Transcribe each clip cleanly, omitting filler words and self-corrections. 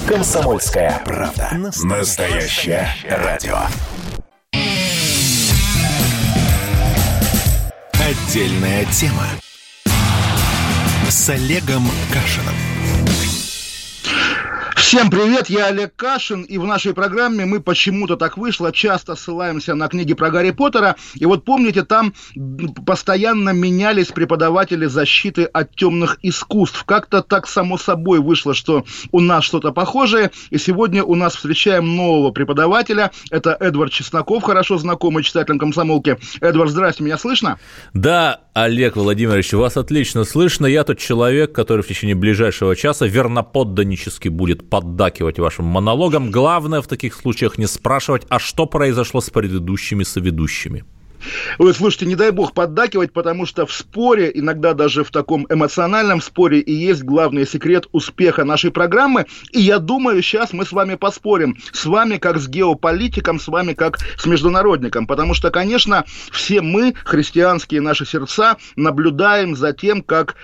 «Комсомольская правда». Настоящее радио. Отдельная тема с Олегом Кашиным. Всем привет, я Олег Кашин, и в нашей программе мы почему-то так вышло, часто ссылаемся на книги про Гарри Поттера, и вот помните, там постоянно менялись преподаватели защиты от темных искусств. Как-то так само собой вышло, что у нас что-то похожее, и сегодня у нас встречаем нового преподавателя, это Эдвард Чесноков, хорошо знакомый читателям «Комсомолки». Эдвард, здрасте, меня слышно? Да, Олег Владимирович, вас отлично слышно. Я тот человек, который в течение ближайшего часа верноподданнически будет поддакивать вашим монологам. Главное в таких случаях не спрашивать, а что произошло с предыдущими соведущими. Вы слушайте, не дай бог поддакивать, потому что в споре, иногда даже в таком эмоциональном споре, и есть главный секрет успеха нашей программы. И я думаю, сейчас мы с вами поспорим. С вами как с геополитиком, с вами как с международником. Потому что, конечно, все мы, христианские наши сердца, наблюдаем за тем, как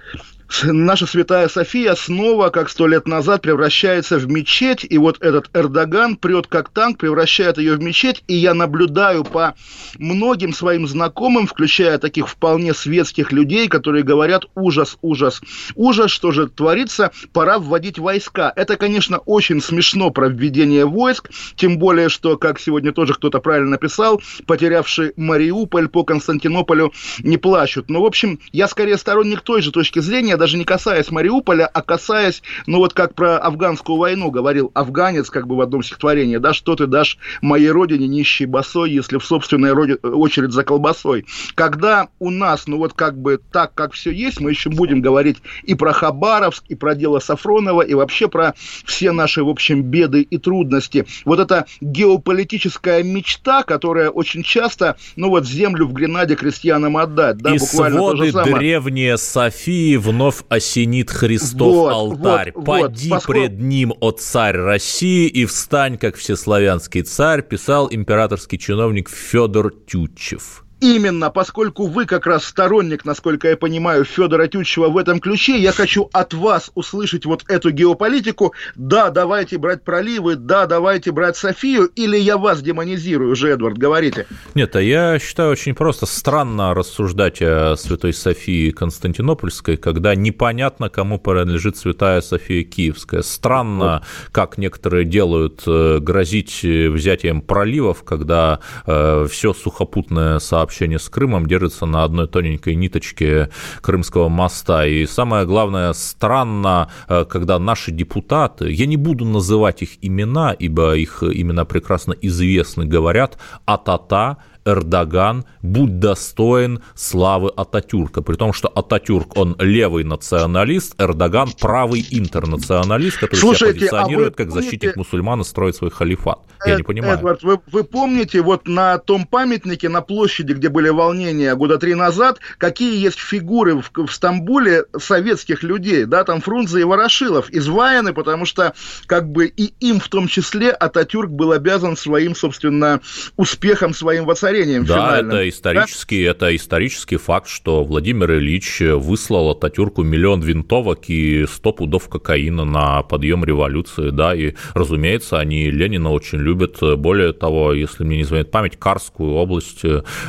наша Святая София снова, как 100 лет назад, превращается в мечеть, и вот этот Эрдоган прет как танк, превращает ее в мечеть, и я наблюдаю по многим своим знакомым, включая таких вполне светских людей, которые говорят: ужас, ужас, ужас, что же творится, пора вводить войска. Это, конечно, очень смешно про введение войск, тем более, что, как сегодня тоже кто-то правильно написал, потерявший Мариуполь по Константинополю не плачут. Но, в общем, я скорее сторонник той же точки зрения, даже не касаясь Мариуполя, а касаясь, ну вот как про афганскую войну говорил афганец, как бы в одном стихотворении: да что ты дашь моей родине, нищей босой, если в собственной очередь за колбасой. Когда у нас, ну вот как бы так, как все есть, мы еще будем говорить и про Хабаровск, и про дело Сафронова, и вообще про все наши, в общем, беды и трудности. Вот эта геополитическая мечта, которая очень часто, ну вот землю в Гренаде крестьянам отдать, да, и буквально то же самое. Древние Софии вновь осенит Христов алтарь. Поди пред ним, о царь России, и встань, как всеславянский царь, писал императорский чиновник Федор Тютчев. Именно, поскольку вы как раз сторонник, насколько я понимаю, Федора Тютчева в этом ключе, я хочу от вас услышать вот эту геополитику. Да, давайте брать проливы, да, давайте брать Софию, или я вас демонизирую уже, Эдвард, говорите. Нет, а я считаю очень просто. Странно рассуждать о Святой Софии Константинопольской, когда непонятно, кому принадлежит Святая София Киевская. Странно, как некоторые делают, грозить взятием проливов, когда все сухопутное сообщение с Крымом держится на одной тоненькой ниточке Крымского моста. И самое главное, странно, когда наши депутаты, я не буду называть их имена, ибо их имена прекрасно известны, говорят: «Атата, Эрдоган, будь достоин славы Ататюрка». При том, что Ататюрк, он левый националист, Эрдоган правый интернационалист, который себя позиционирует как защитник мусульман и строит свой халифат. Я не понимаю. Эдвард, вы помните, вот на том памятнике, на площади, где были волнения года 3 назад, какие есть фигуры в Стамбуле советских людей, да, там Фрунзе и Ворошилов изваяны, потому что как бы и им в том числе Ататюрк был обязан своим, собственно, успехом, своим воцарением. Да, это исторический факт, что Владимир Ильич выслал Ататюрку 1 000 000 винтовок и 100 пудов кокаина на подъем революции, да, и, разумеется, они Ленина очень любят. Более того, если мне не изменяет память, Карскую область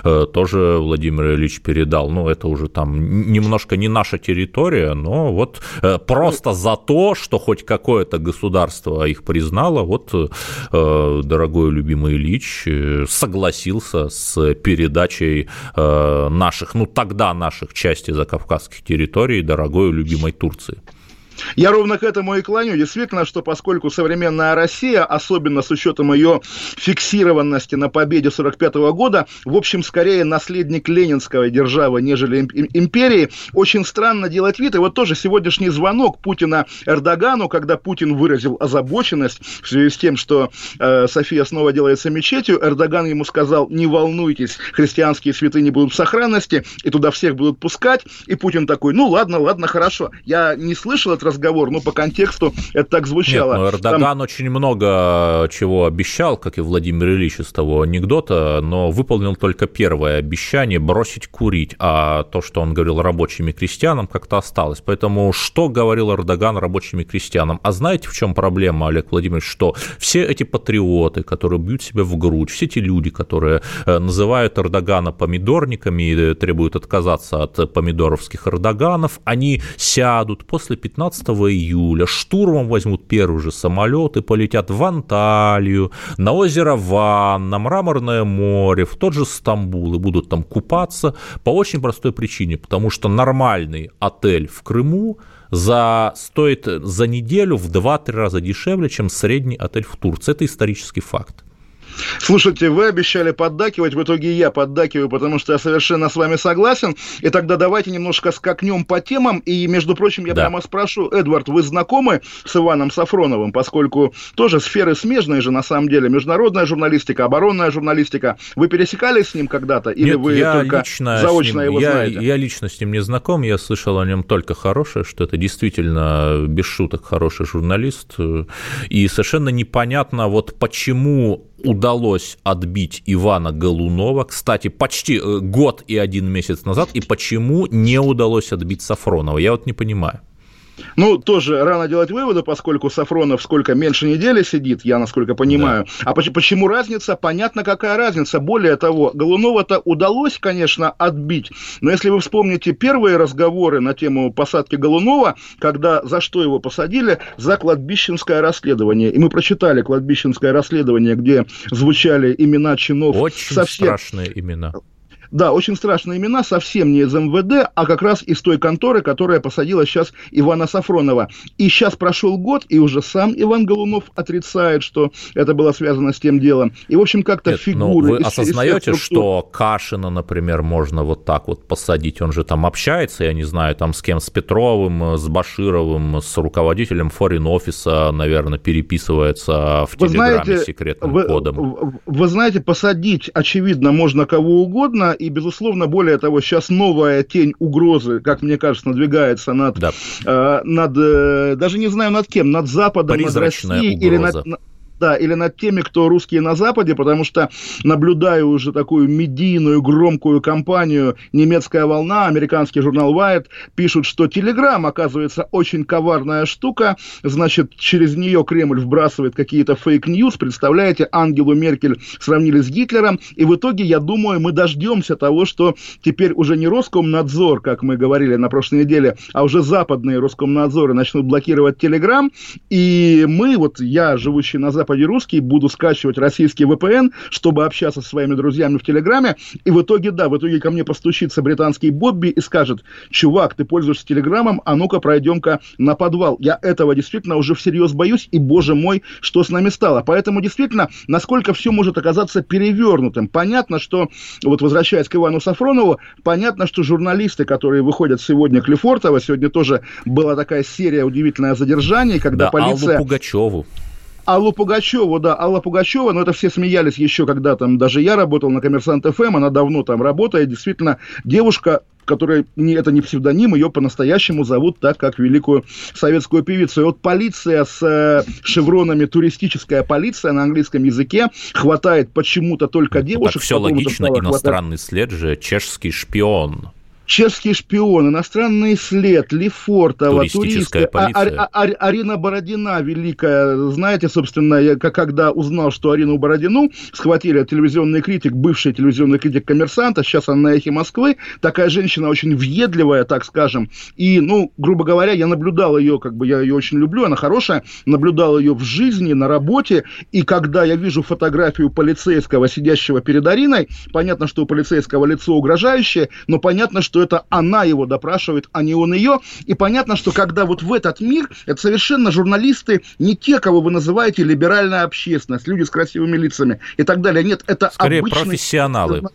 тоже Владимир Ильич передал. Ну, это уже там немножко не наша территория, но вот просто за то, что хоть какое-то государство их признало, вот дорогой любимый Ильич согласился с передачей наших, ну тогда наших частей закавказских территорий дорогой любимой Турции. Я ровно к этому и клоню. Действительно, что поскольку современная Россия, особенно с учетом ее фиксированности на победе 1945 года, в общем, скорее наследник ленинской державы, нежели империи, очень странно делать вид. И вот тоже сегодняшний звонок Путина Эрдогану, когда Путин выразил озабоченность в связи с тем, что София снова делается мечетью, Эрдоган ему сказал: не волнуйтесь, христианские святыни будут в сохранности, и туда всех будут пускать. И Путин такой: ну ладно, хорошо. Я не слышал этот разговор, по контексту это так звучало. Нет, Эрдоган очень много чего обещал, как и Владимир Ильич из того анекдота, но выполнил только первое обещание – бросить курить, а то, что он говорил рабочим и крестьянам, как-то осталось. Поэтому что говорил Эрдоган рабочим и крестьянам? А знаете, в чем проблема, Олег Владимирович, что все эти патриоты, которые бьют себя в грудь, все эти люди, которые называют Эрдогана помидорниками и требуют отказаться от помидоровских Эрдоганов, они сядут после 15 июля, штурмом возьмут первый же самолет и полетят в Анталию, на озеро Ван, на Мраморное море, в тот же Стамбул и будут там купаться по очень простой причине, потому что нормальный отель в Крыму стоит за неделю в 2-3 раза дешевле, чем средний отель в Турции. Это исторический факт. Слушайте, вы обещали поддакивать, в итоге я поддакиваю, потому что я совершенно с вами согласен. И тогда давайте немножко скакнем по темам. И, между прочим, я прямо спрошу, Эдвард, вы знакомы с Иваном Сафроновым, поскольку тоже сферы смежные же на самом деле, международная журналистика, оборонная журналистика. Вы пересекались с ним когда-то? Или Нет, вы только заочно его знаете? Я лично с ним не знаком, я слышал о нем только хорошее, что это действительно, без шуток, хороший журналист. И совершенно непонятно, почему удалось отбить Ивана Голунова, кстати, почти год и 1 месяц назад, и почему не удалось отбить Сафронова, я не понимаю. Тоже рано делать выводы, поскольку Сафронов меньше недели сидит, я насколько понимаю. Да. А почему разница? Понятно, какая разница. Более того, Голунова-то удалось, конечно, отбить, но если вы вспомните первые разговоры на тему посадки Голунова, за что его посадили? За кладбищенское расследование. И мы прочитали кладбищенское расследование, где звучали имена чинов. Очень страшные имена. Да, очень страшные имена, совсем не из МВД, а как раз из той конторы, которая посадила сейчас Ивана Сафронова. И сейчас прошел год, и уже сам Иван Голунов отрицает, что это было связано с тем делом. И, в общем, как-то фигуры... Вы осознаете, что Кашина, например, можно так посадить? Он же там общается, я не знаю, с кем, с Петровым, с Башировым, с руководителем форин-офиса, наверное, переписывается в Телеграме с секретным кодом. Вы знаете, посадить, очевидно, можно кого угодно. И, безусловно, более того, сейчас новая тень угрозы, как мне кажется, надвигается над даже не знаю над кем, над Западом, призрачная над Россией угроза. или над теми, кто русские на Западе, потому что наблюдаю уже такую медийную, громкую кампанию «Немецкая волна», американский журнал Wired, пишут, что Telegram, оказывается, очень коварная штука, значит, через нее Кремль вбрасывает какие-то фейк-ньюс, представляете, Ангелу Меркель сравнили с Гитлером, и в итоге, я думаю, мы дождемся того, что теперь уже не Роскомнадзор, как мы говорили на прошлой неделе, а уже западные Роскомнадзоры начнут блокировать Telegram, и я, живущий на Западе, русский, буду скачивать российский VPN, чтобы общаться со своими друзьями в Телеграме, и в итоге ко мне постучится британский Бобби и скажет: чувак, ты пользуешься Телеграмом, а ну-ка пройдем-ка на подвал. Я этого действительно уже всерьез боюсь, и, боже мой, что с нами стало. Поэтому, действительно, насколько все может оказаться перевернутым. Понятно, что, возвращаясь к Ивану Сафронову, понятно, что журналисты, которые выходят сегодня к Лефортово, сегодня тоже была такая серия удивительная задержаний, когда полиция... Аллу Пугачеву, но это все смеялись еще, когда даже я работал на Коммерсант ФМ, она давно там работает, действительно, девушка, которая, это не псевдоним, ее по-настоящему зовут так, как великую советскую певицу. И полиция с шевронами, туристическая полиция на английском языке, хватает почему-то только девушек. Так все логично, иностранный след же, чешский шпион. Чешский шпион, иностранный след, Лефортово, туристы, Арина Бородина великая. Знаете, собственно, я когда узнал, что Арину Бородину схватили телевизионный критик, бывший телевизионный критик «Коммерсанта», сейчас она на «Эхе Москвы», такая женщина очень въедливая, так скажем, и, грубо говоря, я наблюдал ее, я ее очень люблю, она хорошая, наблюдал ее в жизни, на работе, и когда я вижу фотографию полицейского, сидящего перед Ариной, понятно, что у полицейского лицо угрожающее, но понятно, что это она его допрашивает, а не он ее. И понятно, что когда в этот мир, это совершенно журналисты не те, кого вы называете либеральная общественность, люди с красивыми лицами и так далее. Нет, это скорее обычные... профессионалы.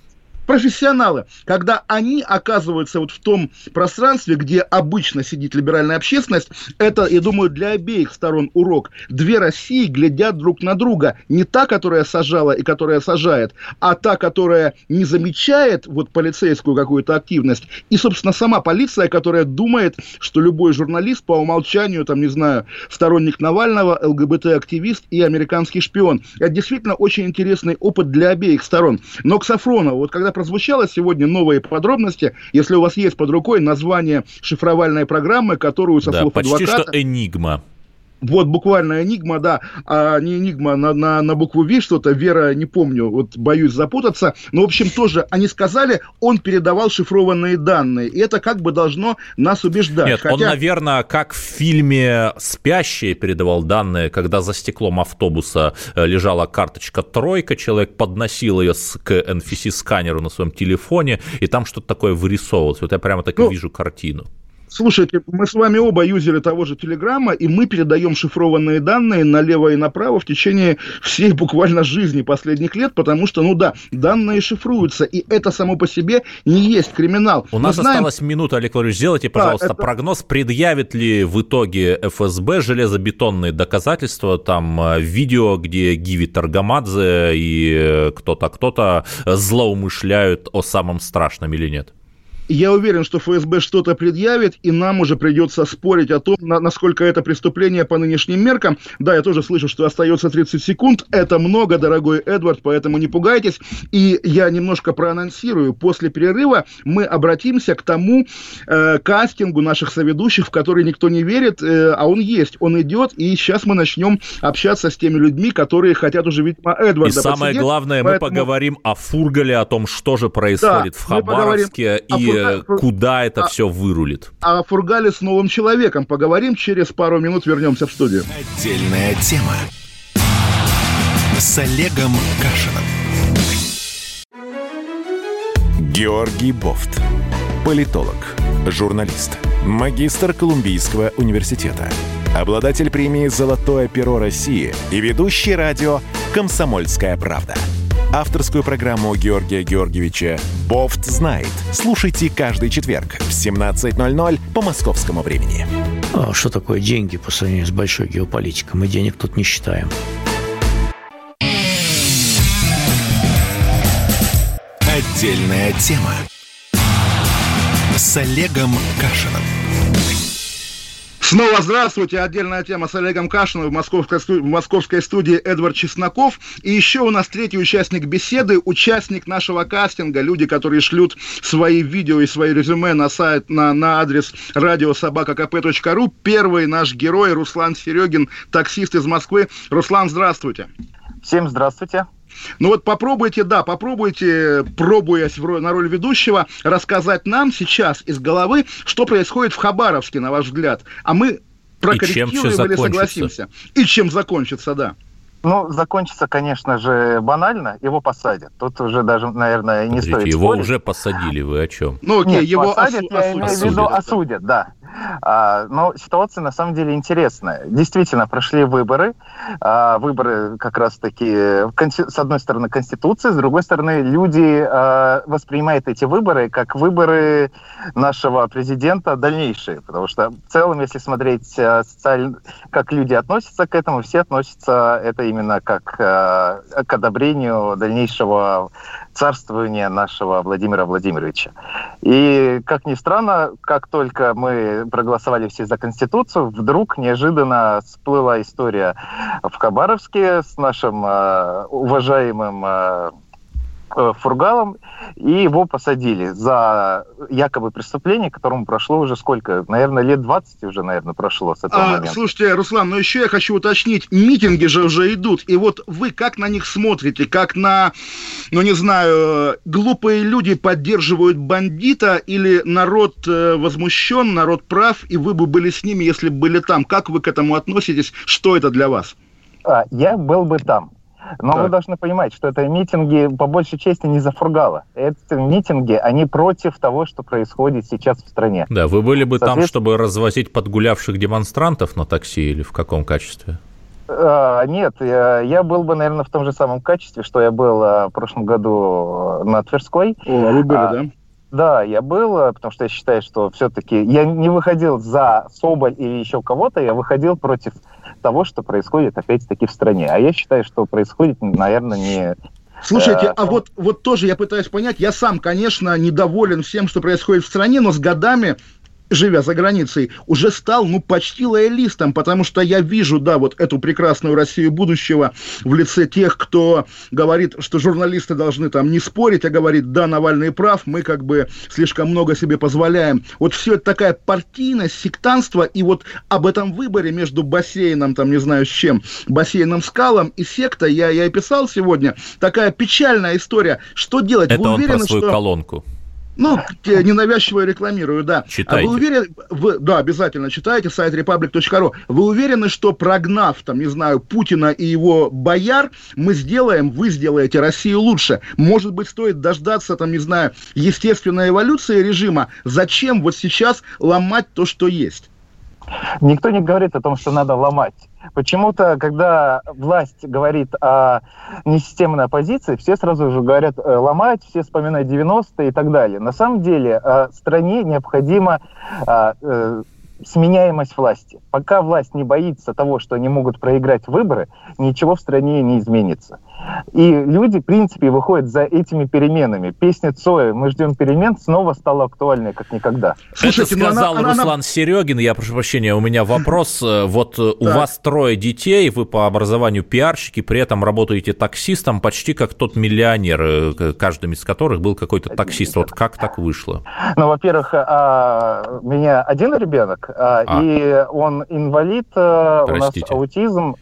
профессионалы, когда они оказываются вот в том пространстве, где обычно сидит либеральная общественность, это, я думаю, для обеих сторон урок. Две России глядят друг на друга. Не та, которая сажала и которая сажает, а та, которая не замечает вот полицейскую какую-то активность. И, собственно, сама полиция, которая думает, что любой журналист по умолчанию, там, не знаю, сторонник Навального, ЛГБТ-активист и американский шпион. Это действительно очень интересный опыт для обеих сторон. Но к Сафронову, вот когда прозвучало сегодня новые подробности, если у вас есть под рукой название шифровальной программы, которую со слов адвоката... почти что «Энигма». Вот буквально «Энигма», да, а не «Энигма» на букву «Ви» что-то, Вера, не помню, вот боюсь запутаться, но, в общем, тоже они сказали, он передавал шифрованные данные, и это как бы должно нас убеждать. Нет, он, наверное, как в фильме «Спящие» передавал данные, когда за стеклом автобуса лежала карточка «Тройка», человек подносил ее к NFC-сканеру на своем телефоне, и там что-то такое вырисовывалось. Вот я прямо так и вижу картину. Слушайте, мы с вами оба юзеры того же Телеграма, и мы передаем шифрованные данные налево и направо в течение всей буквально жизни последних лет, потому что, ну да, данные шифруются, и это само по себе не есть криминал. У нас осталась минута, Олег Владимирович, сделайте, пожалуйста, прогноз, предъявит ли в итоге ФСБ железобетонные доказательства, там, видео, где Гиви Таргамадзе и кто-то злоумышляют о самом страшном или нет? Я уверен, что ФСБ что-то предъявит, и нам уже придется спорить о том, насколько это преступление по нынешним меркам. Да, я тоже слышу, что остается 30 секунд. Это много, дорогой Эдвард, поэтому не пугайтесь. И я немножко проанонсирую. После перерыва мы обратимся к тому кастингу наших соведущих, в который никто не верит, а он есть, он идет, и сейчас мы начнем общаться с теми людьми, которые хотят уже, видимо, Эдварда подсидеть. И самое главное, мы поговорим о Фургале, о том, что же происходит в Хабаровске, и куда это все вырулит. О Фургале с новым человеком поговорим. Через пару минут вернемся в студию. Отдельная тема с Олегом Кашиным. Георгий Бофт. Политолог, журналист, магистр Колумбийского университета, обладатель премии «Золотое перо России» и ведущий радио «Комсомольская правда». Авторскую программу Георгия Георгиевича «Бофт знает». Слушайте каждый четверг в 17:00 по московскому времени. А что такое деньги по сравнению с большой геополитикой? Мы денег тут не считаем. Отдельная тема с Олегом Кашиным. Снова здравствуйте. Отдельная тема с Олегом Кашиным в московской студии Эдвард Чесноков. И еще у нас третий участник беседы, участник нашего кастинга, люди, которые шлют свои видео и свои резюме на сайт, на адрес radiosobaka.kp.ru. Первый наш герой Руслан Серегин, таксист из Москвы. Руслан, здравствуйте. Всем здравствуйте. Ну вот попробуйте, пробуясь на роль ведущего, рассказать нам сейчас из головы, что происходит в Хабаровске, на ваш взгляд. А мы прокорректируем или согласимся. И чем закончится, да. Ну, закончится, конечно же, банально. Его посадят. Тут уже даже, наверное, не стоит его спорить. Уже посадили, вы о чем? Ну, окей, нет, его посадят, я имею в виду осудят, да. Но ситуация на самом деле интересная. Действительно, прошли выборы. Выборы как раз-таки, с одной стороны, Конституции, с другой стороны, люди воспринимают эти выборы как выборы нашего президента дальнейшие. Потому что в целом, если смотреть, как люди относятся к этому, все относятся это именно как к одобрению дальнейшего царствования нашего Владимира Владимировича. И, как ни странно, как только мы проголосовали все за Конституцию, вдруг неожиданно всплыла история в Хабаровске с нашим уважаемым Фургалом, и его посадили за якобы преступление, которому прошло уже сколько? Наверное, лет 20 уже, наверное, прошло с этого момента. Слушайте, Руслан, но еще я хочу уточнить, митинги же уже идут, и вот вы как на них смотрите? Как на, ну не знаю, глупые люди поддерживают бандита, или народ возмущен, народ прав, и вы бы были с ними, если бы были там? Как вы к этому относитесь? Что это для вас? Я был бы там. Но вы должны понимать, что это митинги, по большей части, не за Фургала. Это митинги, они против того, что происходит сейчас в стране. Да, вы были бы там, чтобы развозить подгулявших демонстрантов на такси или в каком качестве? Нет, я был бы, наверное, в том же самом качестве, что я был в прошлом году на Тверской. О, вы были, да? Да, я был, потому что я считаю, что все-таки я не выходил за Соболь или еще кого-то, я выходил против того, что происходит опять-таки в стране. А я считаю, что происходит, наверное, не... Слушайте, а вот тоже я пытаюсь понять, я сам, конечно, недоволен всем, что происходит в стране, но с годами, живя за границей, уже стал, почти лоялистом, потому что я вижу, да, вот эту прекрасную Россию будущего в лице тех, кто говорит, что журналисты должны там не спорить, а говорит, да, Навальный прав, мы как бы слишком много себе позволяем. Вот все это такая партийность, сектантство, и вот об этом выборе между бассейном, там, не знаю с чем, бассейном Скалом и сектой я и писал сегодня. Такая печальная история. Что делать? Это Вы он уверены, про свою что... колонку. Ненавязчиво рекламирую, да. Читайте. А вы уверены, да, обязательно читайте, сайт republic.ru. Вы уверены, что прогнав, там, не знаю, Путина и его бояр, вы сделаете Россию лучше? Может быть, стоит дождаться, там, не знаю, естественной эволюции режима? Зачем вот сейчас ломать то, что есть? Никто не говорит о том, что надо ломать. Почему-то, когда власть говорит о несистемной оппозиции, все сразу же говорят ломать, все вспоминают 90-е и так далее. На самом деле стране необходима сменяемость власти. Пока власть не боится того, что они могут проиграть выборы, ничего в стране не изменится. И люди, в принципе, выходят за этими переменами. Песня Цоя «Мы ждем перемен» снова стала актуальной, как никогда. Слушайте, это сказал Руслан Серегин. Я прошу прощения, у меня вопрос. Вот у вас 3 детей, вы по образованию пиарщики, при этом работаете таксистом, почти как тот миллионер, каждым из которых был какой-то таксист. Вот как так вышло? Ну, во-первых, у меня один ребенок, и он инвалид, у нас аутизм.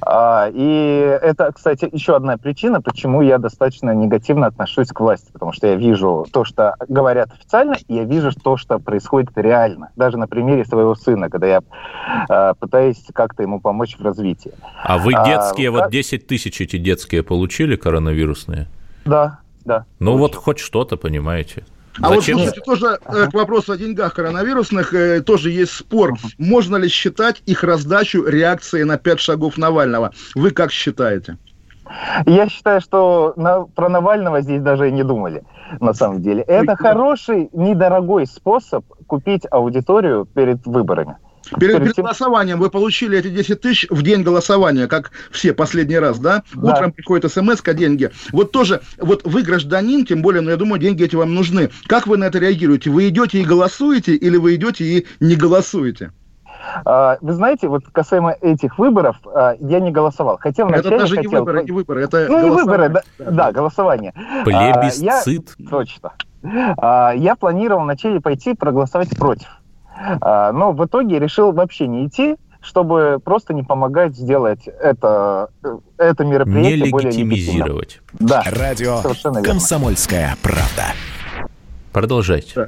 И это, кстати, еще одна причина, почему я достаточно негативно отношусь к власти, потому что я вижу то, что говорят официально, и я вижу то, что происходит реально. Даже на примере своего сына, когда я пытаюсь как-то ему помочь в развитии. А вы детские, вот 10 тысяч эти детские получили коронавирусные? Да. Ну получил. Вот хоть что-то, понимаете. А зачем? Вот, слушайте, тоже к вопросу о деньгах коронавирусных тоже есть спор. Можно ли считать их раздачу реакцией на 5 шагов Навального? Вы как считаете? Я считаю, что про Навального здесь даже и не думали, на самом деле. Это хороший, недорогой способ купить аудиторию перед выборами. Перед голосованием вы получили эти 10 тысяч в день голосования, как все последний раз, да? Утром приходит смс-ка, деньги. Вот тоже, вот вы гражданин, тем более, но я думаю, деньги эти вам нужны. Как вы на это реагируете? Вы идете и голосуете, или вы идете и не голосуете? Вы знаете, вот касаемо этих выборов, я не голосовал. Хотя это даже не выборы, это голосование. Не выборы, да, голосование. Плебисцит. Точно. Я планировал вначале пойти проголосовать против. Но в итоге решил вообще не идти, чтобы просто не помогать сделать это мероприятие не более легитимизировать. Да, радио «Комсомольская правда». Продолжайте.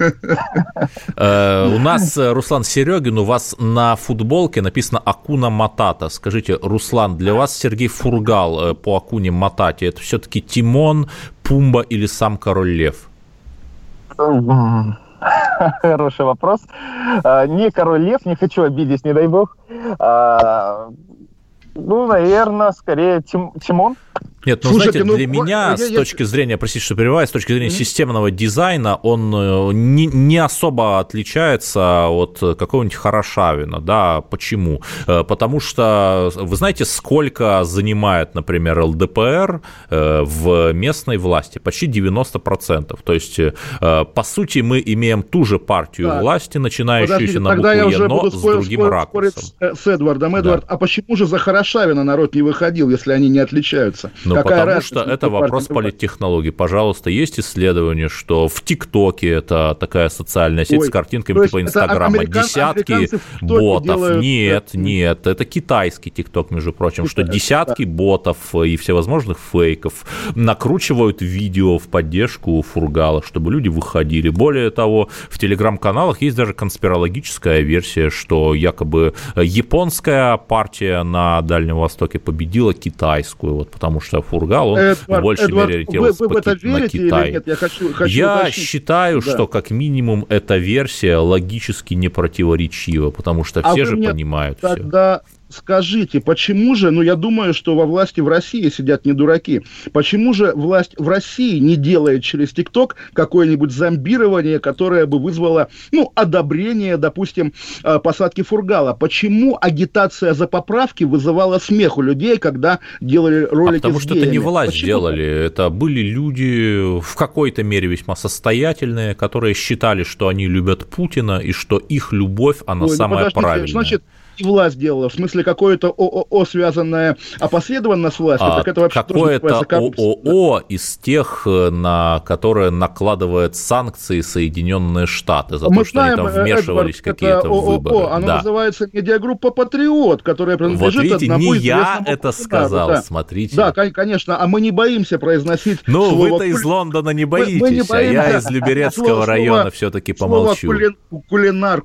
У нас Руслан Серегин, у вас на футболке написано «Акуна Матата». Скажите, Руслан, для вас Сергей Фургал по Акуне Матате – это все-таки Тимон, Пумба или сам Король Лев? Хороший вопрос. Не Король Лев, не хочу обидеть, не дай бог. Наверное, скорее Тимон. Нет, слушайте, знаете, для меня, с точки зрения, простите, что перебиваю, с точки зрения системного дизайна, он не особо отличается от какого-нибудь Хорошавина, да, почему? Потому что, вы знаете, сколько занимает, например, ЛДПР в местной власти? Почти 90%. То есть, по сути, мы имеем ту же партию власти, начинающуюся на букву «Е», но с другим ракурсом. С Эдвардом. Эдвард, а почему же за Хорошавина народ не выходил, если они не отличаются? Потому что это вопрос политтехнологии. Пожалуйста, есть исследование, что в ТикТоке, это такая социальная сеть с картинками типа Инстаграма, десятки ботов. Нет, это китайский ТикТок, между прочим, что десятки ботов и всевозможных фейков накручивают видео в поддержку Фургала, чтобы люди выходили. Более того, в телеграм-каналах есть даже конспирологическая версия, что якобы японская партия на Дальнем Востоке победила китайскую, вот потому что Фургал, он в большей мере ориентировался на Китай. Нет? Я считаю, что как минимум эта версия логически не противоречива, потому что все же понимают тогда все. Скажите, почему же, я думаю, что во власти в России сидят не дураки, почему же власть в России не делает через ТикТок какое-нибудь зомбирование, которое бы вызвало, одобрение, допустим, посадки фургала? Почему агитация за поправки вызывала смех у людей, когда делали ролики потому с что геями? это не власть делали, это были люди в какой-то мере весьма состоятельные, которые считали, что они любят Путина и что их любовь, она самая правильная. Значит, власть делала, в смысле какое-то ООО, связанное опосредованно с властью, так это вообще какое-то ООО из тех, на которые накладывают санкции Соединенные Штаты за то, что они там вмешивались в какие-то выборы. Оно называется медиагруппа «Патриот», которая принадлежит одному не я это сказал, смотрите. Да, конечно, а мы не боимся произносить слово... вы-то из Лондона не боитесь, а я из Люберецкого района все-таки помолчу. Кулинар.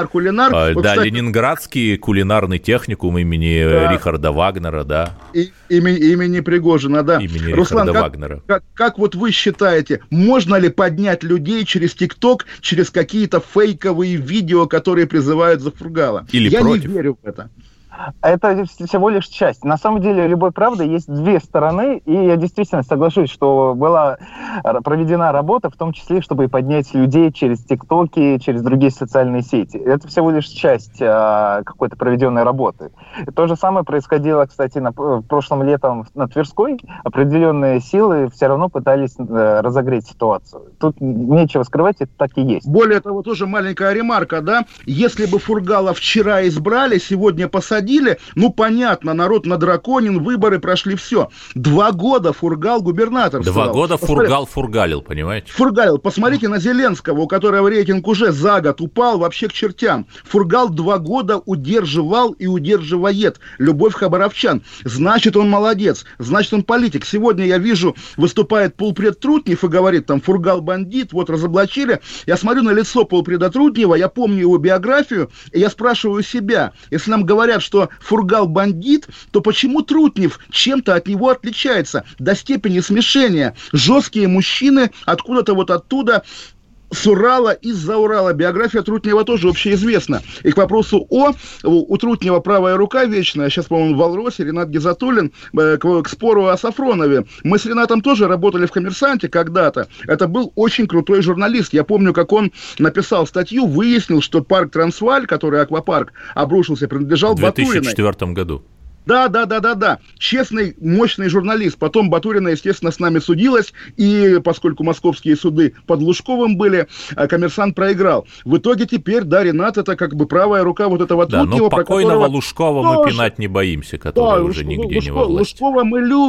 Да, ленинградский кулинарный техникум имени Рихарда Вагнера, да. Имени Пригожина, да. Имени Руслан, Рихарда Вагнера. Как вот вы считаете, можно ли поднять людей через ТикТок, через какие-то фейковые видео, которые призывают за фургала? Я не верю в это. Это всего лишь часть. На самом деле, любой правды есть две стороны, и я действительно соглашусь, что была проведена работа, в том числе, чтобы поднять людей через ТикТоки, через другие социальные сети. Это всего лишь часть какой-то проведенной работы. И то же самое происходило, кстати, прошлым летом на Тверской. Определенные силы все равно пытались разогреть ситуацию. Тут нечего скрывать, это так и есть. Более того, тоже маленькая ремарка, да? Если бы Фургала вчера избрали, сегодня посадили, понятно, народ надраконен, выборы прошли, все. 2 года Фургал губернатор. 2 года Фургал фургалил, понимаете? Фургалил. Посмотрите на Зеленского, у которого рейтинг уже за год упал вообще к чертям. Фургал 2 года удерживал и удерживает любовь хабаровчан. Значит, он молодец, значит, он политик. Сегодня я вижу, выступает полпред Трутнев и говорит, там, Фургал бандит, вот разоблачили. Я смотрю на лицо полпреда Трутнева, я помню его биографию, и я спрашиваю себя, если нам говорят, что Фургал бандит, то почему Трутнев чем-то от него отличается до степени смешения? Жесткие мужчины откуда-то вот оттуда, с Урала, из-за Урала. Биография Трутнева тоже общеизвестна. И к вопросу у Трутнева правая рука вечная, сейчас, по-моему, в Алросе, Ренат Гизатуллин, к спору о Сафронове. Мы с Ренатом тоже работали в «Коммерсанте» когда-то. Это был очень крутой журналист. Я помню, как он написал статью, выяснил, что парк Трансваль, который аквапарк, обрушился, принадлежал Батуриной. В 2004 году. Да. Честный, мощный журналист. Потом Батурина, естественно, с нами судилась, и поскольку московские суды под Лужковым были, «Коммерсант» проиграл. В итоге теперь, Ренат, это как бы правая рука вот этого Трутнева. Но покойного Лужкова мы пинать не боимся, который уже нигде не во власти. Лужкова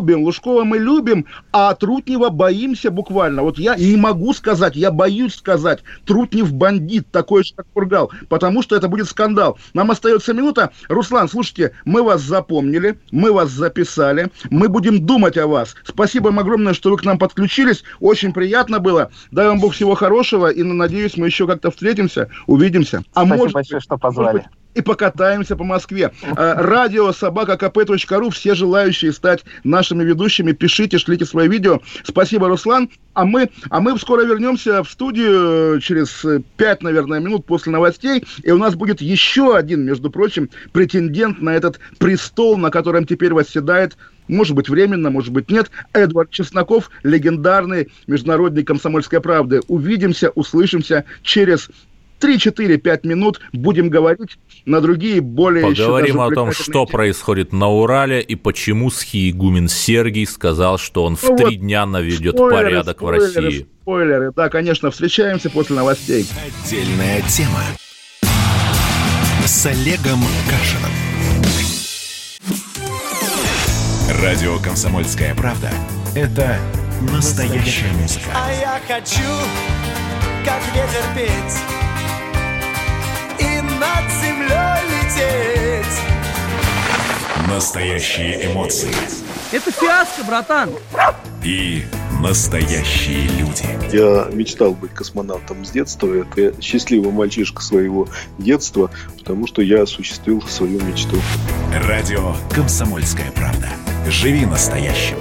мы любим, а Трутнева боимся буквально. Вот я не могу сказать, я боюсь сказать, Трутнев бандит, такой же, как Фургал, потому что это будет скандал. Нам остается минута. Руслан, слушайте, мы вас запомнили. Мы вас записали, мы будем думать о вас. Спасибо вам огромное, что вы к нам подключились, очень приятно было. Дай вам Бог всего хорошего, и, надеюсь, мы еще как-то встретимся, увидимся. Спасибо большое, что позвали. И покатаемся по Москве. Радио@kp.ru. Все желающие стать нашими ведущими, пишите, шлите свои видео. Спасибо, Руслан. А мы скоро вернемся в студию через 5, наверное, минут после новостей. И у нас будет еще один, между прочим, претендент на этот престол, на котором теперь восседает, может быть, временно, может быть, нет, Эдвард Чесноков, легендарный международник «Комсомольской правды». Увидимся, услышимся через 3-4-5 минут, будем говорить на другие, более... Поговорим о том, что происходит на Урале и почему схиегумен Сергий сказал, что он в 3 дня наведет порядок в России. Спойлеры, да, конечно, встречаемся после новостей. Отдельная тема с Олегом Кашиным. Радио «Комсомольская правда» — это настоящая музыка. А я хочу, как ветер, петь и над землей лететь. Настоящие эмоции. Это фиаско, братан. И настоящие люди. Я мечтал быть космонавтом с детства. Это счастливый мальчишка своего детства, потому что я осуществил свою мечту. Радио «Комсомольская правда». Живи настоящим.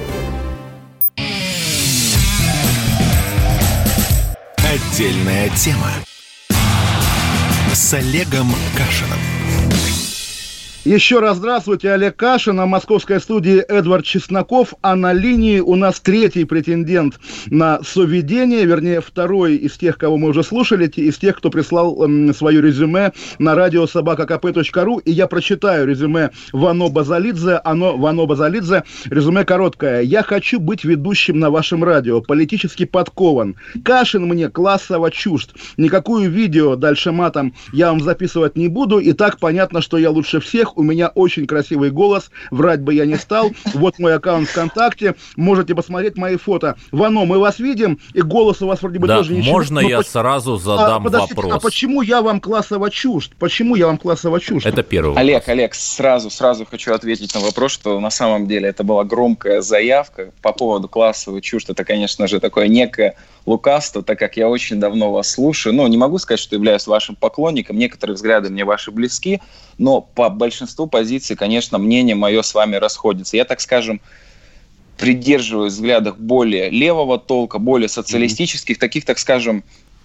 Отдельная тема с Олегом Кашиным. Еще раз здравствуйте, Олег Кашин, на московской студии Эдвард Чесноков, а на линии у нас третий претендент на соведение, вернее, второй из тех, кого мы уже слушали, из тех, кто прислал свое резюме на радиособака.kp.ру, и я прочитаю резюме Вано Базалидзе. Вано Базалидзе, резюме короткое. «Я хочу быть ведущим на вашем радио, политически подкован. Кашин мне классово чужд. Никакую видео, дальше матом, я вам записывать не буду, и так понятно, что я лучше всех. У меня очень красивый голос, врать бы я не стал. Вот мой аккаунт ВКонтакте, можете посмотреть мои фото. Вано, мы вас видим, и голос у вас вроде бы тоже ничего. Можно я сразу задам вопрос? А почему я вам классово чужд? Почему я вам классово чужд? Это первый вопрос. Олег, сразу хочу ответить на вопрос, что на самом деле это была громкая заявка по поводу классовой чужд. Это, конечно же, такое некое лукавство, так как я очень давно вас слушаю. Не могу сказать, что являюсь вашим поклонником. Некоторые взгляды мне ваши близки, но по большинству позиций, конечно, мнение мое с вами расходится. Я, так скажем, придерживаюсь взглядов более левого толка, более социалистических, таких, так скажем,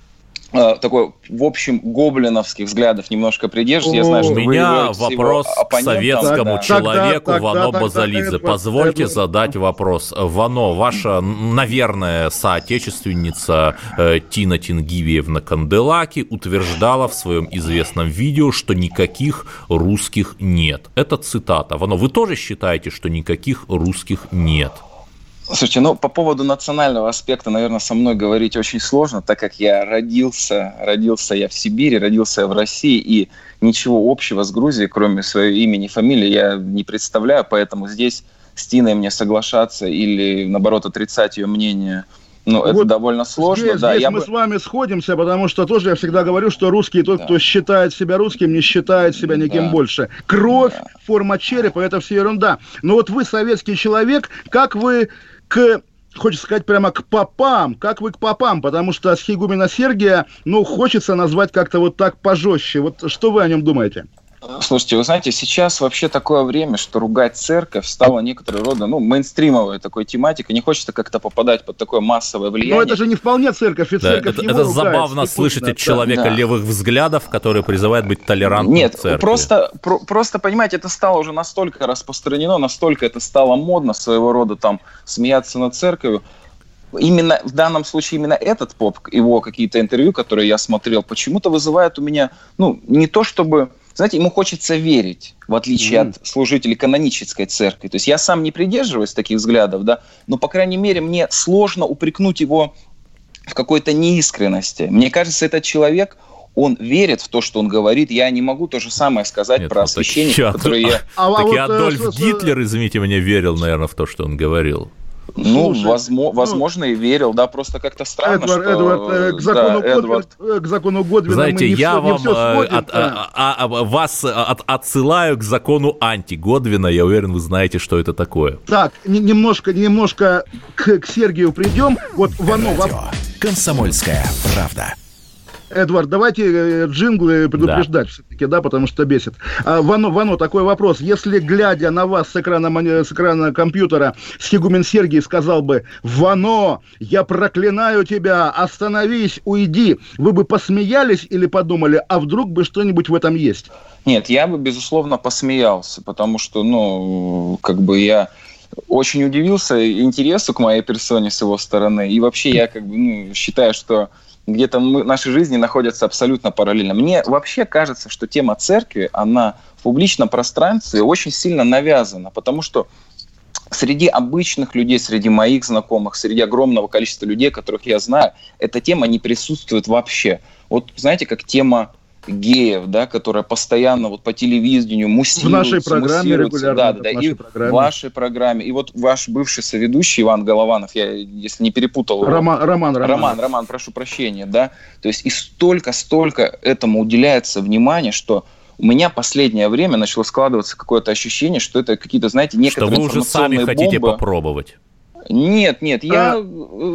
такой, в общем, гоблиновских взглядов немножко придерживаюсь. Я знаю, что у меня вопрос к советскому человеку Вано Базалидзе. Позвольте задать вопрос. Вано, ваша, наверное, соотечественница Тина Тенгивиевна Канделаки утверждала в своем известном видео, что никаких русских нет. Это цитата. Вано, вы тоже считаете, что никаких русских нет? Слушайте, по поводу национального аспекта, наверное, со мной говорить очень сложно, так как я родился я в Сибири, родился я в России, и ничего общего с Грузией, кроме своего имени и фамилии, я не представляю, поэтому здесь с Тиной мне соглашаться или, наоборот, отрицать ее мнение, это довольно сложно. Здесь мы с вами сходимся, потому что тоже я всегда говорю, что русский тот, кто считает себя русским, не считает себя никем больше. Кровь, форма черепа, это все ерунда. Но вот вы советский человек, как вы хочется сказать прямо к попам, потому что схигумена Сергия, хочется назвать как-то вот так пожестче. Вот что вы о нем думаете? Слушайте, вы знаете, сейчас вообще такое время, что ругать церковь стало некоторого рода, мейнстримовой такой тематикой. Не хочется как-то попадать под такое массовое влияние. Но это же не вполне церковь, и церковь его это ругает, забавно слышать от человека левых взглядов, который призывает быть толерантным к церкви. Нет, просто, понимаете, это стало уже настолько распространено, настолько это стало модно своего рода смеяться над церковью. Именно в данном случае именно этот поп, его какие-то интервью, которые я смотрел, почему-то вызывает у меня, не то чтобы... Знаете, ему хочется верить, в отличие от служителей канонической церкви. То есть я сам не придерживаюсь таких взглядов, но, по крайней мере, мне сложно упрекнуть его в какой-то неискренности. Мне кажется, этот человек, он верит в то, что он говорит. Я не могу то же самое сказать про священника, который я... Так и Адольф Гитлер, извините меня, верил, наверное, в то, что он говорил. Возможно, и верил, просто как-то странно, Эдвард, к закону Годвина. Знаете, я вас отсылаю к закону анти-Годвина, я уверен, вы знаете, что это такое. Так, немножко к Сергию придем. Вот Вано... Комсомольская правда. Эдвард, давайте джинглы предупреждать все-таки, потому что бесит. Вано, такой вопрос. Если, глядя на вас с экрана компьютера, схигумен Сергий сказал бы: «Вано, я проклинаю тебя, остановись, уйди», вы бы посмеялись или подумали, а вдруг бы что-нибудь в этом есть? Нет, я бы, безусловно, посмеялся, потому что, я очень удивился интересу к моей персоне с его стороны, и вообще я считаю, что где-то наши жизни находятся абсолютно параллельно. Мне вообще кажется, что тема церкви, она в публичном пространстве очень сильно навязана, потому что среди обычных людей, среди моих знакомых, среди огромного количества людей, которых я знаю, эта тема не присутствует вообще. Вот знаете, как тема геев, которая постоянно по телевидению муссируется. В нашей программе регулярно. В вашей программе. И вот ваш бывший соведущий Иван Голованов, я, если не перепутал... Роман, прошу прощения, То есть и столько этому уделяется внимания, что у меня последнее время начало складываться какое-то ощущение, что это какие-то, знаете, некоторые информационные бомбы. Что вы уже сами хотите попробовать. Нет, я...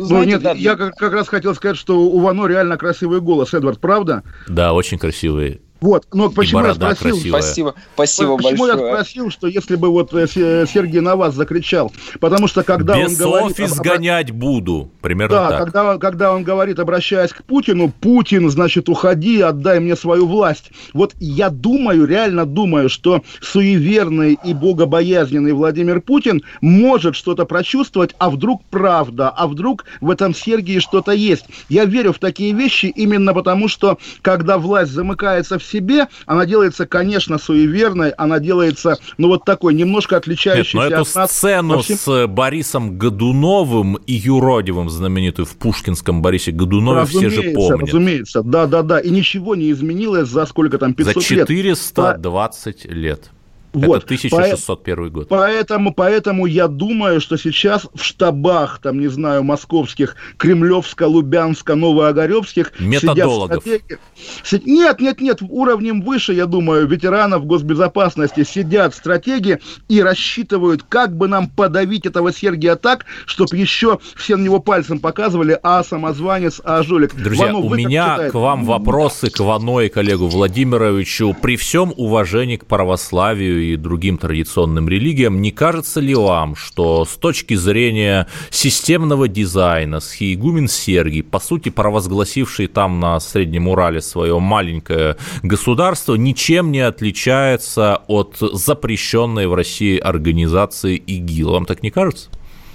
я как раз хотел сказать, что у Вано реально красивый голос, Эдвард, правда? Да, очень красивый. Вот, но почему я спросил? Спасибо почему большое. Я спросил, что если бы вот Сергей на вас закричал, потому что когда без он говорит... офис гонять буду, примерно да, так. Когда он говорит, обращаясь к Путину, Путин, значит, уходи, отдай мне свою власть. Вот я думаю, реально думаю, что суеверный и богобоязненный Владимир Путин может что-то прочувствовать, а вдруг правда, а вдруг в этом Сергии что-то есть. Я верю в такие вещи именно потому, что когда власть замыкается в себе, она делается, конечно, суеверной, она делается, ну, вот такой, немножко отличающейся от нас. Нет, но эту сцену с Борисом Годуновым и юродивым, знаменитую в пушкинском Борисе Годунове, все же помнят. Разумеется, да, и ничего не изменилось за сколько там, 500 лет. За 420 лет. Вот. Это 1601 год. Поэтому я думаю, что сейчас в штабах, там, не знаю, московских, Кремлевско-Лубянско, Новоогаревских методологов. Нет, уровнем выше, я думаю, ветеранов госбезопасности сидят стратеги и рассчитывают, как бы нам подавить этого Сергия так, чтобы еще все на него пальцем показывали, а самозванец, а жулик. Друзья, у меня к вам вопросы к Вано и коллегу Владимировичу. При всем уважении к православию и другим традиционным религиям, не кажется ли вам, что с точки зрения системного дизайна схиегумен Сергий, по сути провозгласивший там на Среднем Урале свое маленькое государство, ничем не отличается от запрещенной в России организации ИГИЛ? Вам так не кажется?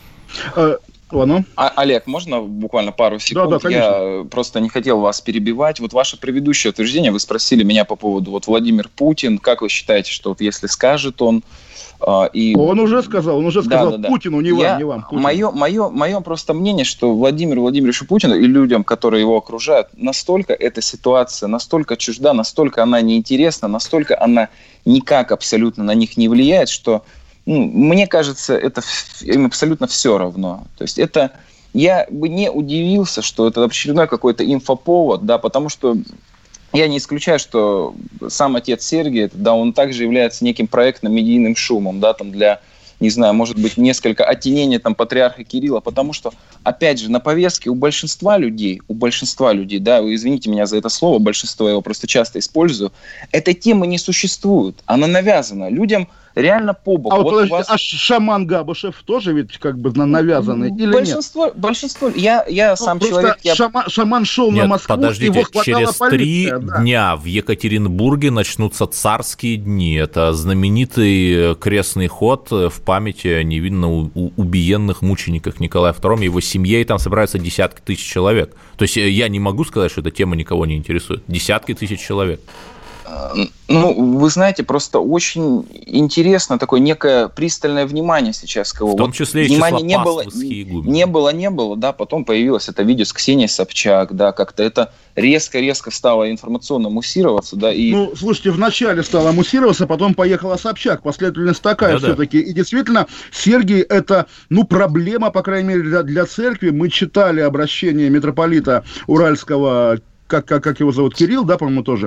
Олег, можно буквально пару секунд? Да, конечно. Я просто не хотел вас перебивать. Вот ваше предыдущее утверждение, вы спросили меня по поводу вот Владимир Путин. Как вы считаете, что вот если скажет он... Он уже сказал Путину, не вам. Мое просто мнение, что Владимиру Владимировичу Путину и людям, которые его окружают, настолько эта ситуация, настолько чужда, настолько она неинтересна, настолько она никак абсолютно на них не влияет, что мне кажется, это им абсолютно все равно. То есть это... Я бы не удивился, что это очередной какой-то инфоповод, да, потому что я не исключаю, что сам отец Сергий, да, он также является неким проектным медийным шумом, да, там для, не знаю, может быть, несколько оттенений там патриарха Кирилла, потому что, опять же, на повестке у большинства людей, да, вы извините меня за это слово, большинство я его просто часто использую, этой темы не существует, она навязана людям реально по боку. А шаман Габушев тоже ведь как бы навязанный или нет? Большинство. Я сам человек... Шаман шел на Москву, подождите, его хватала через 3 дня в Екатеринбурге начнутся царские дни. Это знаменитый крестный ход в память о невинно убиенных мучениках Николая II и его семье, и там собираются десятки тысяч человек. То есть я не могу сказать, что эта тема никого не интересует. Десятки тысяч человек. Вы знаете, просто очень интересно такое некое пристальное внимание сейчас кого. В том числе и внимания не было, да, потом появилось это видео с Ксенией Собчак, да, как-то это резко стало информационно муссироваться, да, и... слушайте, вначале стало муссироваться, потом поехала Собчак, последовательность такая все-таки, и действительно, Сергий это, проблема, по крайней мере, для церкви. Мы читали обращение митрополита Уральского, как его зовут, Кирилл, да, по-моему, тоже,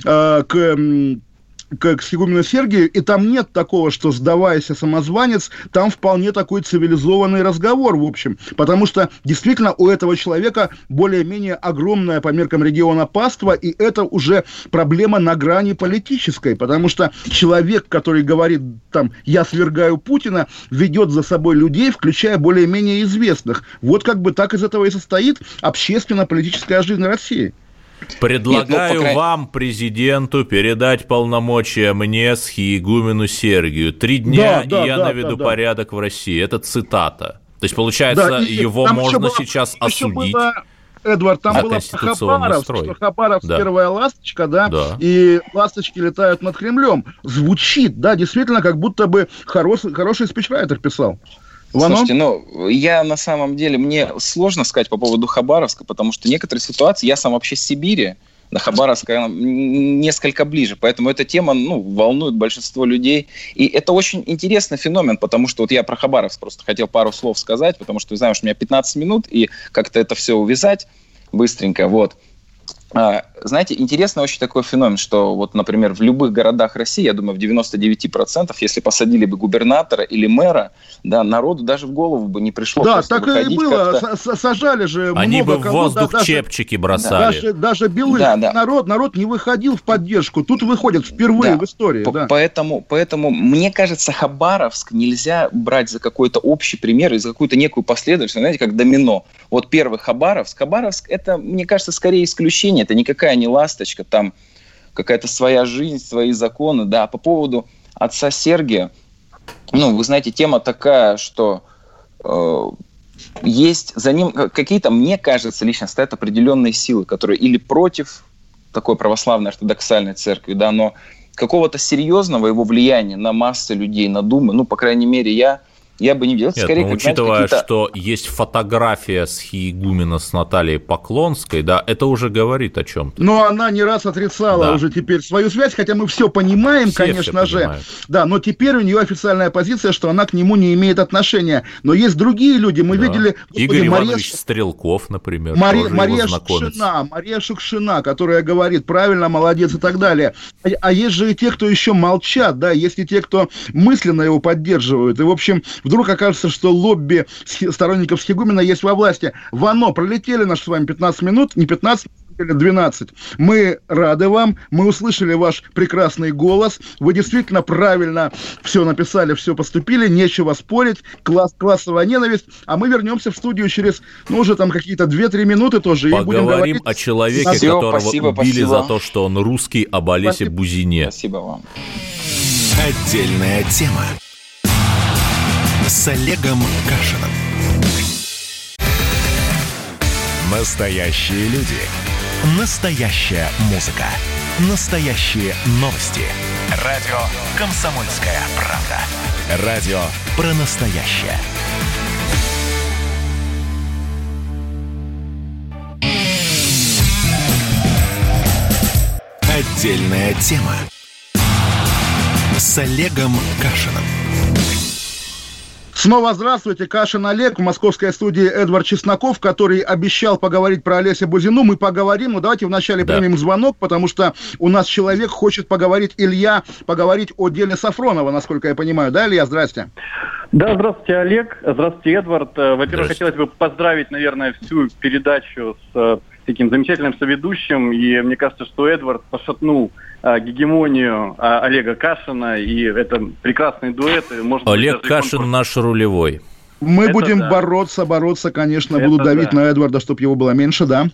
к схиегумену Сергию, и там нет такого, что сдавайся, самозванец, там вполне такой цивилизованный разговор, в общем, потому что действительно у этого человека более-менее огромная по меркам региона паства, и это уже проблема на грани политической, потому что человек, который говорит там «я свергаю Путина», ведет за собой людей, включая более-менее известных. Вот как бы так из этого и состоит общественно-политическая жизнь России. Предлагаю вам, президенту, передать полномочия мне, схиегумену Сергию. 3 дня, и я наведу порядок в России. Это цитата. То есть, получается, его можно сейчас осудить. Эдвард, там было Хабаровск, первая ласточка, да, и ласточки летают над Кремлем. Звучит, да, действительно, как будто бы хороший спичрайтер писал. Слушайте, я на самом деле, мне сложно сказать по поводу Хабаровска, потому что некоторые ситуации, я сам вообще с Сибири, до Хабаровска несколько ближе, поэтому эта тема, волнует большинство людей, и это очень интересный феномен, потому что вот я про Хабаровск просто хотел пару слов сказать, потому что, знаешь, у меня 15 минут, и как-то это все увязать быстренько, вот. Знаете, интересный очень такой феномен, что вот, например, в любых городах России, я думаю, в 99%, если посадили бы губернатора или мэра, да, народу даже в голову бы не пришло. Да, так и было. Сажали же много. Они бы в воздух чепчики бросали. Даже белых. Народ не выходил в поддержку. Тут выходят впервые в истории. Поэтому, мне кажется, Хабаровск нельзя брать за какой-то общий пример и за какую-то некую последовательность, знаете, как домино. Вот первый Хабаровск. Хабаровск – это, мне кажется, скорее исключение. Это никакая не ласточка, там какая-то своя жизнь, свои законы. Да, по поводу отца Сергия, вы знаете, тема такая, что есть за ним какие-то, мне кажется, лично стоят определенные силы, которые или против такой православной ортодоксальной церкви, да, но какого-то серьезного его влияния на массы людей, на думы, по крайней мере, я бы не делал. Нет, скорее, учитывая, что есть фотография схиегумена с Натальей Поклонской, да, это уже говорит о чем-то. Но она не раз отрицала уже теперь свою связь, хотя мы все понимаем, конечно же. Понимают. Да, но теперь у нее официальная позиция, что она к нему не имеет отношения. Но есть другие люди, мы видели... Игорь Иванович Стрелков, например, Мария Шукшина, которая говорит правильно, молодец и так далее. А есть же и те, кто еще молчат, да, есть и те, кто мысленно его поддерживают. И, в общем... Вдруг окажется, что лобби сторонников Схиегумена есть во власти. Вано, пролетели наши с вами 15 минут, не 15, или 12. Мы рады вам, мы услышали ваш прекрасный голос, вы действительно правильно все написали, все поступили, нечего спорить, классовая ненависть, а мы вернемся в студию через, уже там какие-то 2-3 минуты тоже. Поговорим о человеке, которого убили за то, что он русский, об Олесе Бузине. Спасибо вам. Отдельная тема. С Олегом Кашиным. Настоящие люди. Настоящая музыка. Настоящие новости. Радио «Комсомольская правда». Радио про настоящее. Отдельная тема. С Олегом Кашиным. Снова здравствуйте, Кашин Олег, в московской студии Эдвард Чесноков, который обещал поговорить про Олесю Бузину. Мы поговорим, но давайте вначале примем звонок, потому что у нас человек хочет поговорить, Илья, поговорить о деле Сафронова, насколько я понимаю. Да, Илья, здрасте. Да, здравствуйте, Олег, здравствуйте, Эдвард. Во-первых, хотелось бы поздравить, наверное, всю передачу с таким замечательным соведущим, и мне кажется, что Эдвард пошатнул гегемонию Олега Кашина, и это прекрасный дуэт. Олег Кашин наш рулевой. Мы будем бороться, конечно, буду давить на Эдварда, чтобы его было меньше, да.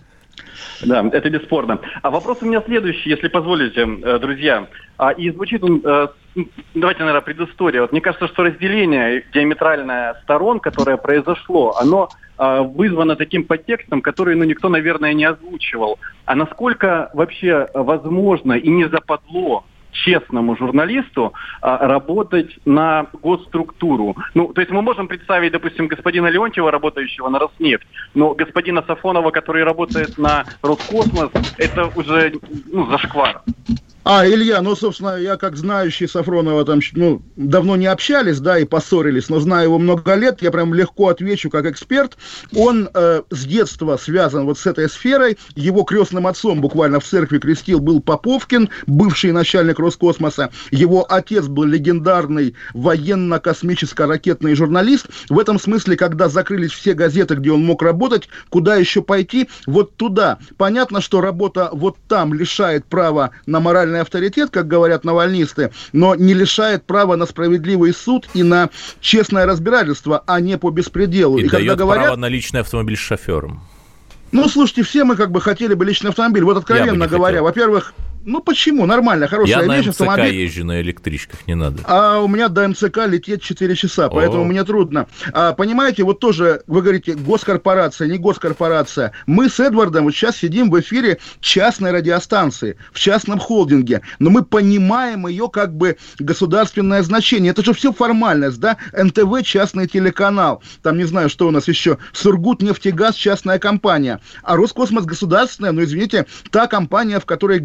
Да, это бесспорно. А вопрос у меня следующий, если позволите, друзья. И звучит он, давайте, наверное, предыстория. Вот мне кажется, что разделение диаметральное сторон, которое произошло, оно вызвано таким подтекстом, который, никто, наверное, не озвучивал. А насколько вообще возможно и не западло честному журналисту работать на госструктуру. То есть мы можем представить, допустим, господина Леонтьева, работающего на Роснефть, но господина Сафонова, который работает на Роскосмос, это уже зашквар. Илья, собственно, я как знающий Сафронова там, давно не общались, да, и поссорились, но знаю его много лет, я прям легко отвечу как эксперт. Он с детства связан вот с этой сферой, его крестным отцом буквально в церкви крестил был Поповкин, бывший начальник Роскосмоса, его отец был легендарный военно-космическо-ракетный журналист. В этом смысле, когда закрылись все газеты, где он мог работать, куда еще пойти? Вот туда. Понятно, что работа вот там лишает права на моральный авторитет, как говорят навальнисты, но не лишает права на справедливый суд и на честное разбирательство, а не по беспределу. И дает право на личный автомобиль с шофером. Слушайте, все мы хотели бы личный автомобиль. Вот откровенно говоря, во-первых, почему? Нормально, хорошая вещь. Я на МЦК езжу на электричках, не надо. А у меня до МЦК лететь 4 часа, поэтому мне трудно. Понимаете, вот тоже, вы говорите, госкорпорация, не госкорпорация. Мы с Эдвардом вот сейчас сидим в эфире частной радиостанции, в частном холдинге, но мы понимаем ее как бы государственное значение. Это же все формальность, да? НТВ частный телеканал, там не знаю, что у нас еще, Сургутнефтегаз частная компания, а Роскосмос государственная, извините, та компания, в которой Гагарин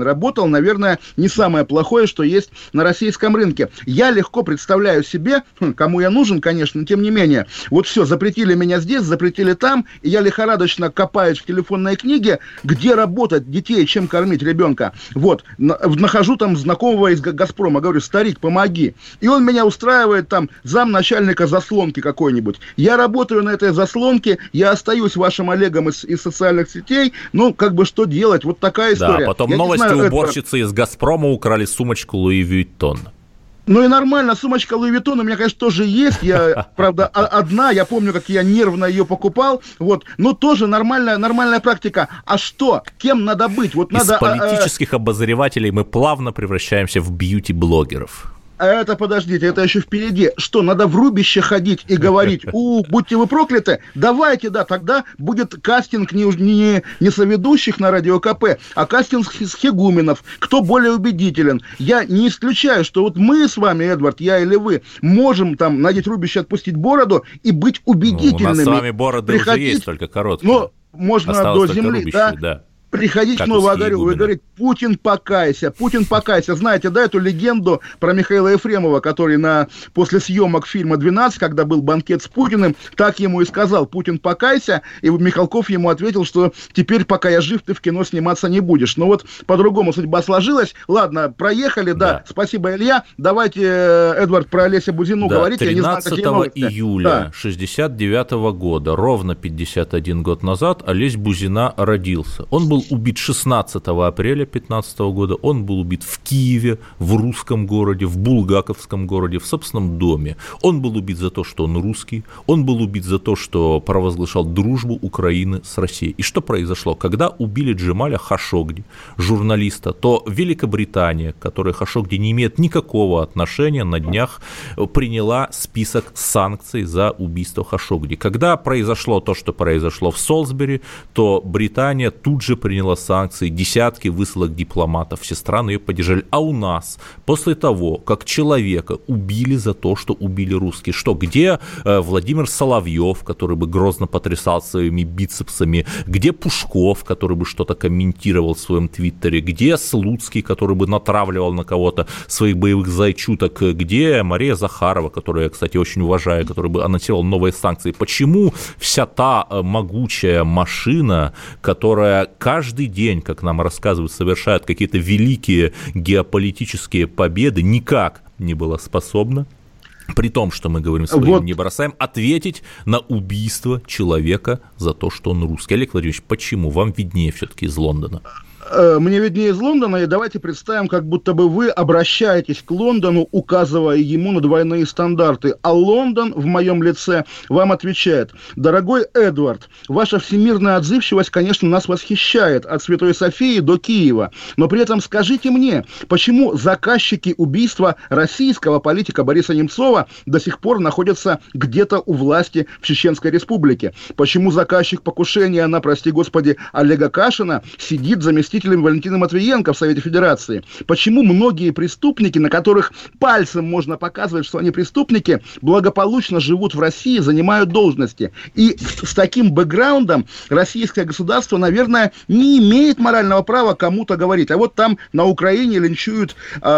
Volkswagen работал, наверное, не самое плохое, что есть на российском рынке. Я легко представляю себе, кому я нужен, конечно, но тем не менее, вот все, запретили меня здесь, запретили там, и я лихорадочно копаюсь в телефонной книге, где работать детей, чем кормить ребенка. Вот, нахожу там знакомого из «Газпрома», говорю: старик, помоги. И он меня устраивает там замначальника заслонки какой-нибудь. Я работаю на этой заслонке, я остаюсь вашим Олегом из социальных сетей, ну, как бы что делать? Вот такая история. Да, потом новости: уборщицы из «Газпрома» украли сумочку Луи Виттон. Ну и нормально, сумочка Луи Виттон у меня, конечно, тоже есть. Я, правда, одна, я помню, как я нервно ее покупал. Вот, но тоже нормальная практика. А что? Кем надо быть? Вот из надо, политических обозревателей мы плавно превращаемся в бьюти-блогеров. Это, подождите, это еще впереди. Что, надо в рубище ходить и говорить: будьте вы прокляты? Давайте, да, тогда будет кастинг не соведущих на Радио КП, а кастинг с хигуменов. Кто более убедителен? Я не исключаю, что вот мы с вами, Эдвард, я или вы, можем там надеть рубище, отпустить бороду и быть убедительными. У нас с вами бороды уже есть, только короткие. Ну, можно осталось до земли, рубище, да. Приходить к Новому Огареву и говорить: Путин, покайся, Путин, покайся. Знаете, да, эту легенду про Михаила Ефремова, который после съемок фильма «12», когда был банкет с Путиным, так ему и сказал: Путин, покайся. И Михалков ему ответил, что теперь, пока я жив, ты в кино сниматься не будешь. Но вот по-другому судьба сложилась. Ладно, проехали, да. Спасибо, Илья. Давайте, Эдвард, про Олеся Бузину говорить. 13 июля 1969 года, ровно 51 год назад, Олесь Бузина родился. Он был убит 16 апреля 2015 года, он был убит в Киеве, в русском городе, в булгаковском городе, в собственном доме. Он был убит за то, что он русский, он был убит за то, что провозглашал дружбу Украины с Россией. И что произошло? Когда убили Джемаля Хашогги, журналиста, то Великобритания, к которой Хашогги не имеет никакого отношения, на днях приняла список санкций за убийство Хашогги. Когда произошло то, что произошло в Солсбери, то Британия тут же приняла санкции, десятки высылок дипломатов, все страны ее поддержали. А у нас, после того, как человека убили за то, что убили русские, что, где Владимир Соловьев, который бы грозно потрясал своими бицепсами, где Пушков, который бы что-то комментировал в своем твиттере, где Слуцкий, который бы натравливал на кого-то своих боевых зайчуток, где Мария Захарова, которую я, кстати, очень уважаю, которая бы анонсировала новые санкции. Почему вся та могучая машина, которая каждый день, как нам рассказывают, совершает какие-то великие геополитические победы, никак не была способна, при том, что мы говорим своим не бросаем, ответить на убийство человека за то, что он русский? Олег Владимирович, почему? Вам виднее все-таки из Лондона. Мне виднее из Лондона, и давайте представим, как будто бы вы обращаетесь к Лондону, указывая ему на двойные стандарты, а Лондон в моем лице вам отвечает: дорогой Эдвард, ваша всемирная отзывчивость, конечно, нас восхищает от Святой Софии до Киева, но при этом скажите мне, почему заказчики убийства российского политика Бориса Немцова до сих пор находятся где-то у власти в Чеченской Республике? Почему заказчик покушения на, прости господи, Олега Кашина сидит заместителем Валентина Матвиенко в Совете Федерации? Почему многие преступники, на которых пальцем можно показывать, что они преступники, благополучно живут в России, занимают должности? И с таким бэкграундом российское государство, наверное, не имеет морального права кому-то говорить. А вот там на Украине линчуют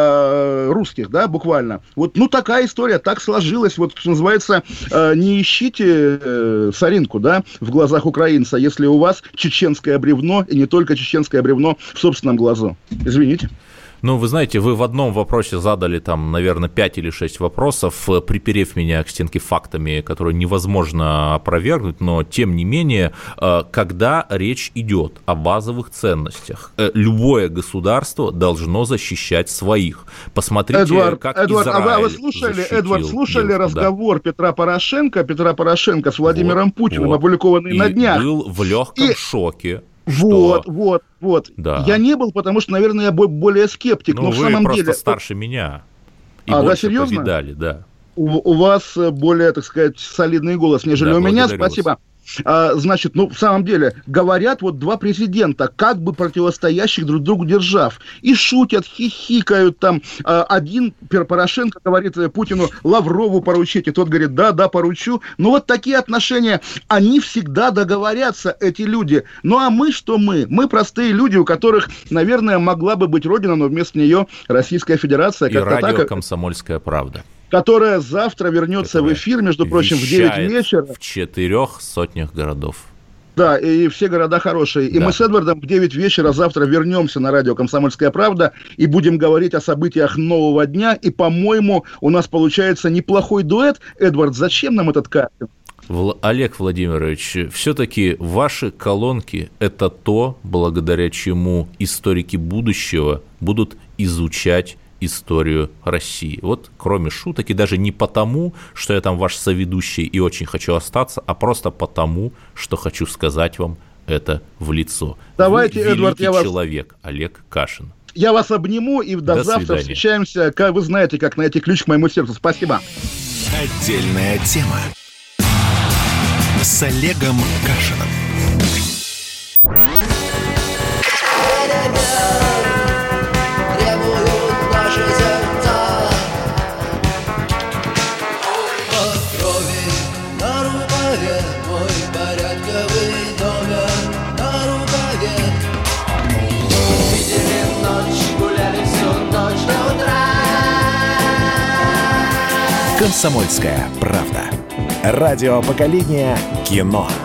русских, да, буквально. Вот, ну, такая история, так сложилась. Вот, что называется, не ищите соринку, да, в глазах украинца, если у вас чеченское бревно, и не только чеченское бревно в собственном глазу. Извините. Ну, вы знаете, вы в одном вопросе задали там, наверное, 5 или 6 вопросов, приперев меня к стенке фактами, которые невозможно опровергнуть, но, тем не менее, когда речь идет о базовых ценностях, любое государство должно защищать своих. Посмотрите, как Израиль вы слушали, Эдвард, слушали разговор Петра Порошенко с Владимиром Путиным, опубликованный на днях? И был в легком шоке. Вот. Да. Я не был, потому что, наверное, я более скептик. Но в самом просто деле... старше меня. И больше да, серьезно? повидали, да. У вас более, так сказать, солидный голос, нежели у меня. Спасибо. Вас. значит, в самом деле, говорят вот два президента, как бы противостоящих друг другу держав, и шутят, хихикают там. Один, Порошенко, говорит Путину: Лаврову поручите, тот говорит: да, поручу. Ну, вот такие отношения, они всегда договорятся, эти люди. Ну, а мы что мы? Мы простые люди, у которых, наверное, могла бы быть родина, но вместо нее Российская Федерация. И радио «Комсомольская правда», которая завтра вернется в эфир, между прочим, в 9 вечера. В 400 городов. Да, и все города хорошие. И мы с Эдвардом в 9 вечера завтра вернемся на радио «Комсомольская правда» и будем говорить о событиях нового дня. И, по-моему, у нас получается неплохой дуэт. Эдвард, зачем нам этот кастинг? Олег Владимирович, все-таки ваши колонки – это то, благодаря чему историки будущего будут изучать историю России. Вот кроме шуток, и даже не потому, что я там ваш соведущий и очень хочу остаться, а просто потому, что хочу сказать вам это в лицо. Давайте, вы Эдвард, человек, Олег Кашин. Я вас обниму, и до завтра свидания. Встречаемся. Вы знаете, как найти ключ к моему сердцу. Спасибо. Отдельная тема с Олегом Кашиным. «Комсомольская правда». Радио поколения кино.